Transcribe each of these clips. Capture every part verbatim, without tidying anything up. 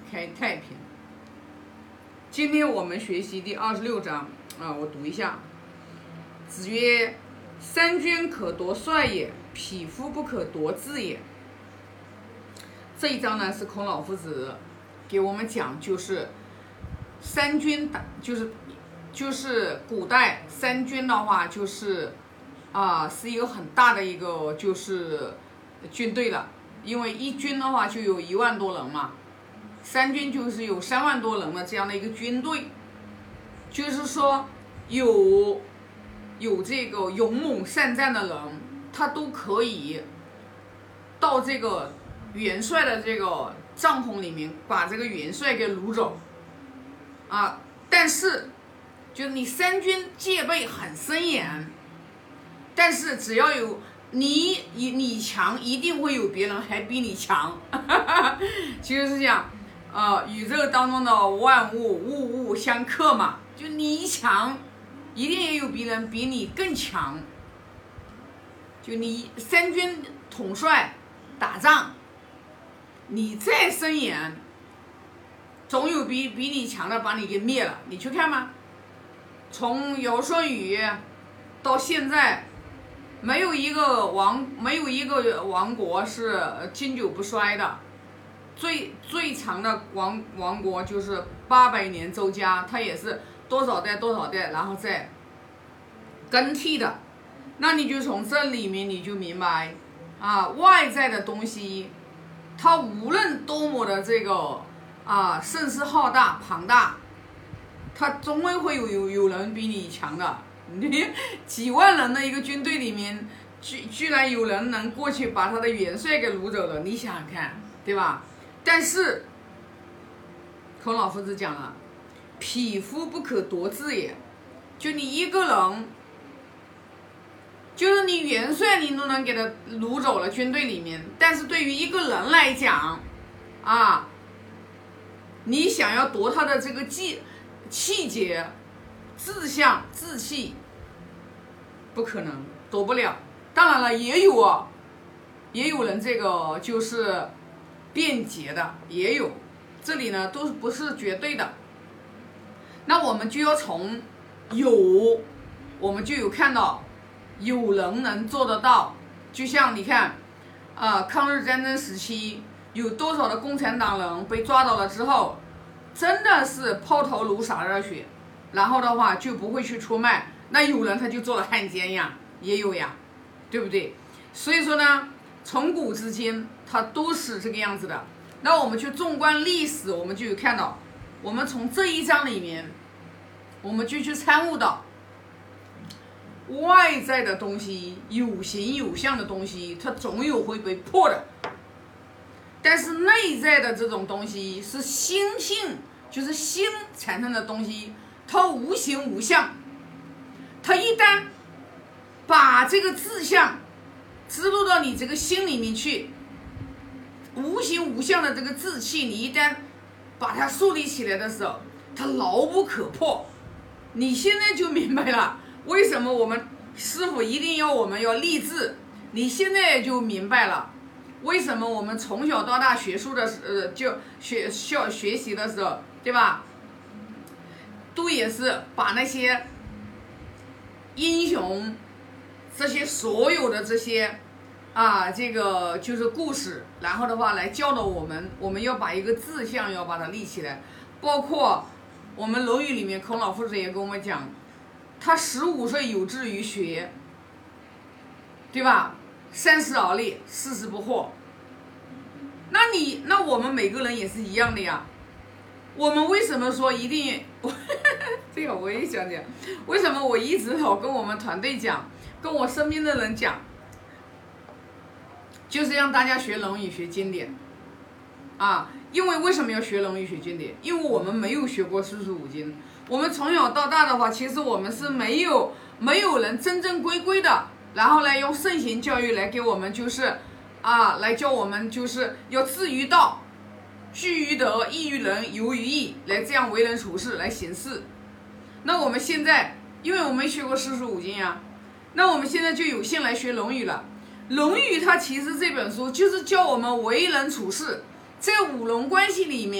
开太平。今天我们学习第二十六章啊，我读一下。子曰：三军可夺帅也，匹夫不可夺志也。这一章呢是孔老夫子给我们讲，就是三军打，就是就是古代三军的话，就是啊是一个很大的一个就是军队了，因为一军的话就有一万多人嘛，三军就是有三万多人的这样的一个军队，就是说有有这个勇猛善战的人，他都可以到这个元帅的这个帐篷里面把这个元帅给掳走啊。但是就是你三军戒备很森严，但是只要有你你强，一定会有别人还比你强就是讲呃，宇宙当中的万物物物相克嘛，就你一强，一定也有别人比你更强。就你三军统帅打仗，你再森严，总有比比你强的把你给灭了。你去看嘛，从尧舜禹到现在，没有一个王没有一个王国是经久不衰的。最最长的王王国就是八百年周家，它也是多少代多少代，然后再更替的。那你就从这里面你就明白啊，外在的东西，它无论多么的这个啊声势浩大庞大，它总会会有有有人比你强的。你几万人的一个军队里面，居居然有人能过去把他的元帅给掳走了，你想想看，对吧？但是孔老夫子讲了，匹夫不可夺志也，就你一个人，就是你元帅你都能给他掳走了军队里面，但是对于一个人来讲啊，你想要夺他的这个气气节志向志气，不可能夺不了。当然了，也有啊，也有人这个就是便捷的，也有，这里呢都不是绝对的。那我们就要从有，我们就有看到有人能做得到。就像你看啊、呃，抗日战争时期有多少的共产党人被抓到了之后，真的是抛头颅洒热血，然后的话就不会去出卖。那有人他就做了汉奸呀，也有呀，对不对？所以说呢，从古至今它都是这个样子的。那我们去纵观历史，我们就有看到，我们从这一章里面我们就去参悟到，外在的东西有形有相的东西它总有会被破的，但是内在的这种东西是心性，就是心产生的东西，它无形无相，它一旦把这个志向植入到你这个心里面去，无形无相的这个志气，你一旦把它树立起来的时候，它牢不可破。你现在就明白了为什么我们师父一定要我们要立志，你现在就明白了为什么我们从小到大学术的呃就学校学习的时候，对吧，都也是把那些英雄这些所有的这些啊这个就是故事，然后的话来教导我们，我们要把一个志向要把它立起来。包括我们《论语》里面孔老夫子也跟我们讲，他十五岁有志于学，对吧？三十而立，四十不惑。那你那我们每个人也是一样的呀。我们为什么说一定这个我也想讲，为什么我一直老跟我们团队讲，跟我身边的人讲，就是让大家学《论语》学经典啊。因为为什么要学《论语》学经典？因为我们没有学过四书五经，我们从小到大的话，其实我们是没有没有人真正规规的，然后来用圣贤教育来给我们就是啊，来教我们就是要志于道，居于德，益于人，游于义，来这样为人处事来行事。那我们现在因为我没学过四书五经呀，那我们现在就有幸来学《论语》了。《论语》它其实这本书就是教我们为人处事，在五伦关系里面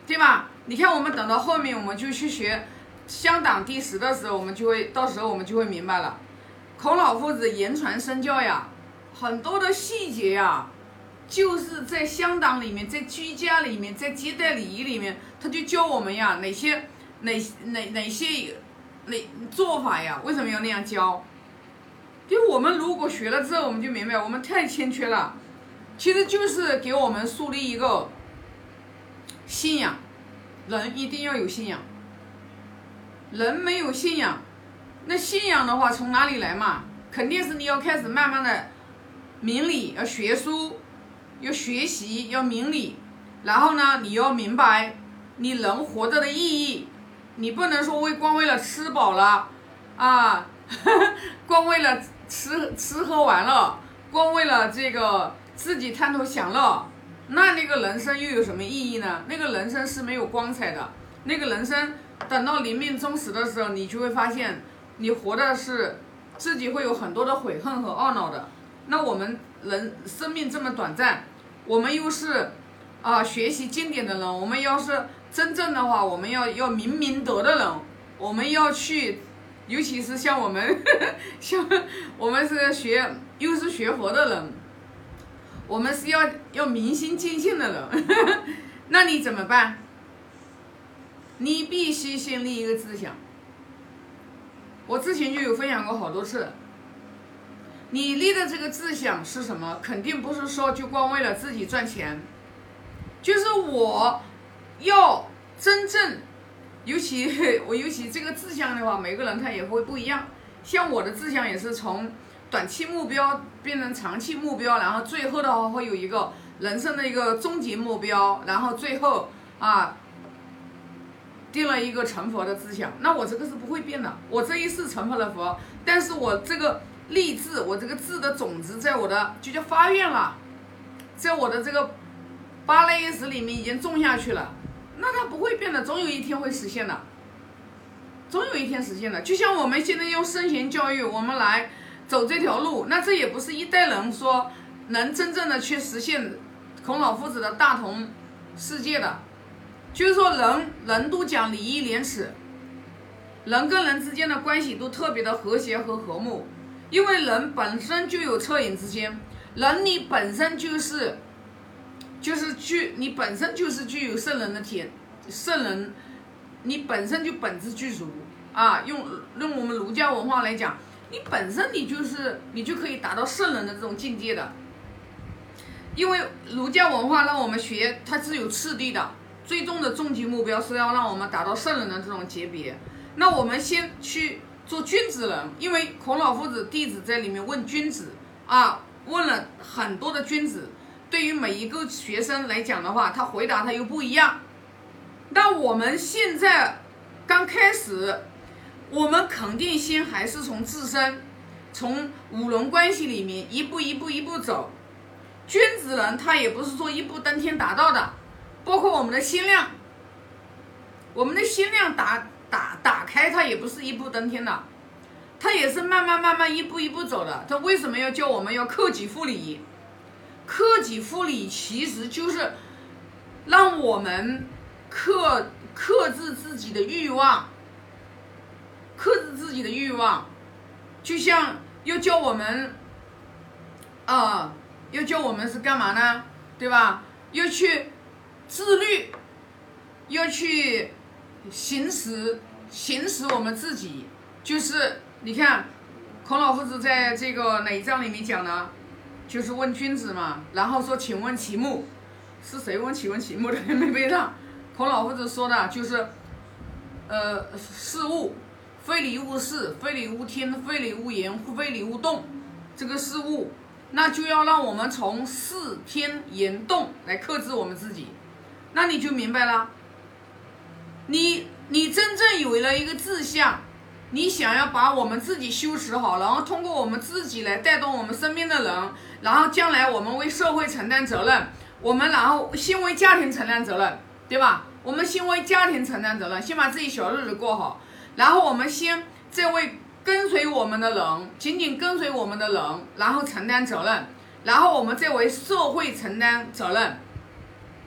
对吧？你看我们等到后面我们就去学乡党第十的时候，我们就会到时候我们就会明白了，孔老夫子言传身教呀，很多的细节呀，就是在乡党里面，在居家里面，在接待礼仪里面，他就教我们呀哪些哪哪哪些哪做法呀，为什么要那样教？就我们如果学了之后，我们就明白我们太欠缺了，其实就是给我们树立一个信仰，人一定要有信仰，人没有信仰，那信仰的话从哪里来嘛？肯定是你要开始慢慢的明理，要学书，要学习，要明理，然后呢，你要明白你人活着的意义，你不能说为光为了吃饱了啊，呵呵光为了吃吃喝玩乐，光为了这个自己贪图享乐，那那个人生又有什么意义呢？那个人生是没有光彩的，那个人生等到临命终时的时候，你就会发现你活的是自己会有很多的悔恨和懊恼的。那我们人生命这么短暂，我们又是啊、呃、学习经典的人，我们要是真正的话，我们要要明明德的人，我们要去，尤其是像我们呵呵像我们是学又是学佛的人，我们是要要明心见性的人，呵呵那你怎么办？你必须先立一个志向。我之前就有分享过好多次，你立的这个志向是什么？肯定不是说就光为了自己赚钱，就是我要真正，尤其我尤其这个志向的话，每个人他也会不一样。像我的志向也是从短期目标变成长期目标，然后最后的话会有一个人生的一个终极目标，然后最后啊定了一个成佛的志向。那我这个是不会变的，我这一世成佛了佛，但是我这个立志，我这个志的种子在我的就叫发愿了，在我的这个八赖耶识里面已经种下去了，那它不会变的，总有一天会实现的，总有一天实现的。就像我们现在用圣贤教育，我们来走这条路，那这也不是一代人说能真正的去实现孔老夫子的大同世界的。就是说人人都讲礼义廉耻，人跟人之间的关系都特别的和谐和和睦，因为人本身就有恻隐之心，人你本身就是就是具你本身就是具有圣人的天圣人，你本身就本质具足啊，用用我们儒家文化来讲，你本身你就是你就可以达到圣人的这种境界的。因为儒家文化让我们学，它是有次第的，最终的终极目标是要让我们达到圣人的这种级别。那我们先去做君子人，因为孔老夫子弟子在里面问君子啊，问了很多的君子，对于每一个学生来讲的话，他回答他又不一样。那我们现在刚开始，我们肯定先还是从自身，从五伦关系里面一步一步一步走。君子人他也不是说一步登天达到的，包括我们的心量，我们的心量打打打开，它也不是一步登天的，它也是慢慢慢慢一步一步走的。它为什么要教我们要克己复礼？克己复礼其实就是让我们克克制自己的欲望，克制自己的欲望，就像要教我们，啊、呃，要教我们是干嘛呢？对吧？要去自律，要去行使行使我们自己，就是你看，孔老夫子在这个哪一章里面讲呢？就是问君子嘛，然后说请问其目，是谁问请问其目的没背上？孔老夫子说的就是，呃，事物非礼勿视，非礼勿听，非礼勿言，非礼勿动，这个事物，那就要让我们从视听言动来克制我们自己。那你就明白了，你你真正有了一个志向，你想要把我们自己修持好，然后通过我们自己来带动我们身边的人，然后将来我们为社会承担责任，我们然后先为家庭承担责任，对吧？我们先为家庭承担责任，先把自己小日子过好，然后我们先再为跟随我们的人，仅仅跟随我们的人，然后承担责任，然后我们再为社会承担责任。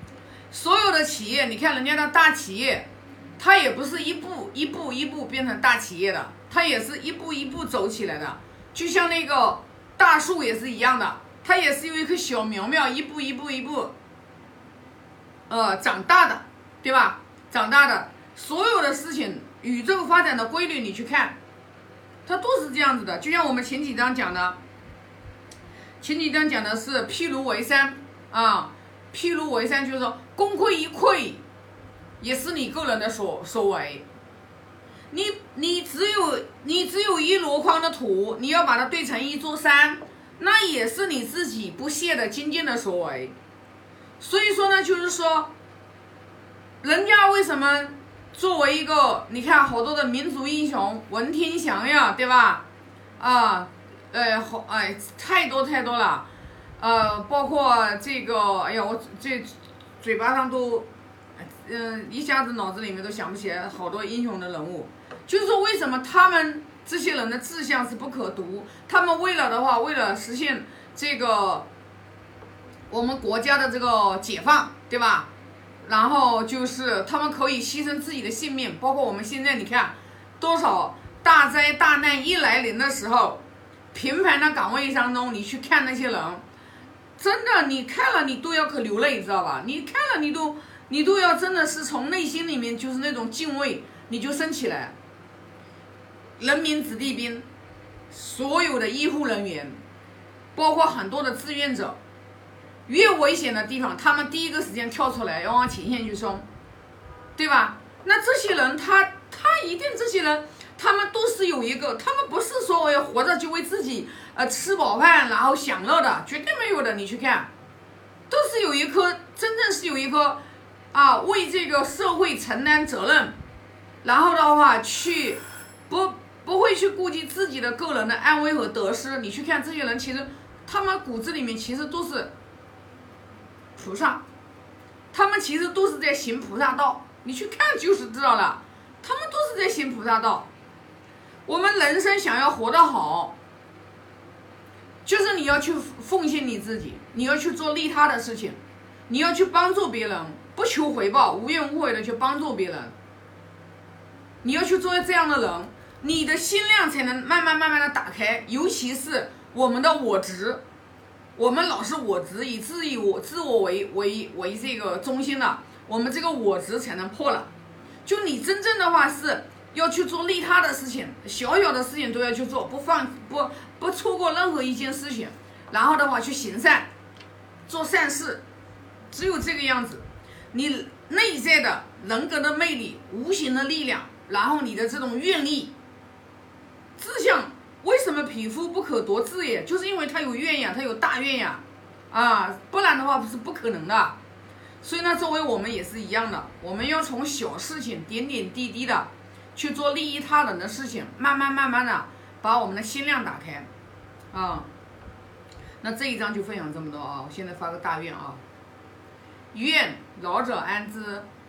所有的企业，你看人家的大企业，它也不是一步一步一步变成大企业的，它也是一步一步走起来的。就像那个大树也是一样的，它也是有一棵小苗苗，一步一步一步，呃，长大的，对吧？长大的，所有的事情，宇宙发展的规律，你去看，它都是这样子的。就像我们前几章讲的，前几章讲的是譬如为山啊，譬如为山，就是说功亏一篑，也是你个人的所所为。你你只有你只有一箩筐的土，你要把它堆成一座山，那也是你自己不懈的精进的所为。所以说呢，就是说，人家为什么作为一个，你看好多的民族英雄，文天祥呀，对吧？啊，呃，好，哎，太多太多了，呃，包括这个，哎呀，我这嘴巴上都，嗯、呃，一下子脑子里面都想不起来好多英雄的人物。就是说，为什么他们这些人的志向是不可读？他们为了的话，为了实现这个我们国家的这个解放，对吧？然后就是他们可以牺牲自己的性命，包括我们现在你看，多少大灾大难一来临的时候，平凡的岗位当中，你去看那些人，真的你看了你都要可流泪，知道吧？你看了你都你都要真的是从内心里面就是那种敬畏，你就升起来。人民子弟兵，所有的医护人员，包括很多的志愿者，越危险的地方，他们第一个时间跳出来，要往前线去冲，对吧？那这些人，他他一定这些人，他们都是有一个，他们不是说我要活着就为自己呃吃饱饭然后享乐的，绝对没有的。你去看，都是有一颗真正是有一颗啊，为这个社会承担责任，然后的话去不。不会去顾及自己的个人的安危和得失。你去看这些人，其实他们骨子里面其实都是菩萨，他们其实都是在行菩萨道。你去看就是知道了，他们都是在行菩萨道。我们人生想要活得好，就是你要去奉献你自己，你要去做利他的事情，你要去帮助别人，不求回报，无怨无悔的去帮助别人。你要去做这样的人，你的心量才能慢慢慢慢的打开，尤其是我们的我执，我们老是我执，以至于我自我为为为这个中心了，我们这个我执才能破了。就你真正的话是要去做利他的事情，小小的事情都要去做，不放不不错过任何一件事情，然后的话去行善，做善事，只有这个样子，你内在的人格的魅力，无形的力量，然后你的这种愿力。志向为什么匹夫不可夺志也？就是因为他有愿呀，他有大愿呀，啊，不然的话是不可能的。所以呢，作为我们也是一样的，我们要从小事情点点滴滴的去做利益他人的事情，慢慢慢慢的把我们的心量打开，啊，那这一章就分享这么多啊，我现在发个大愿啊，愿老者安之。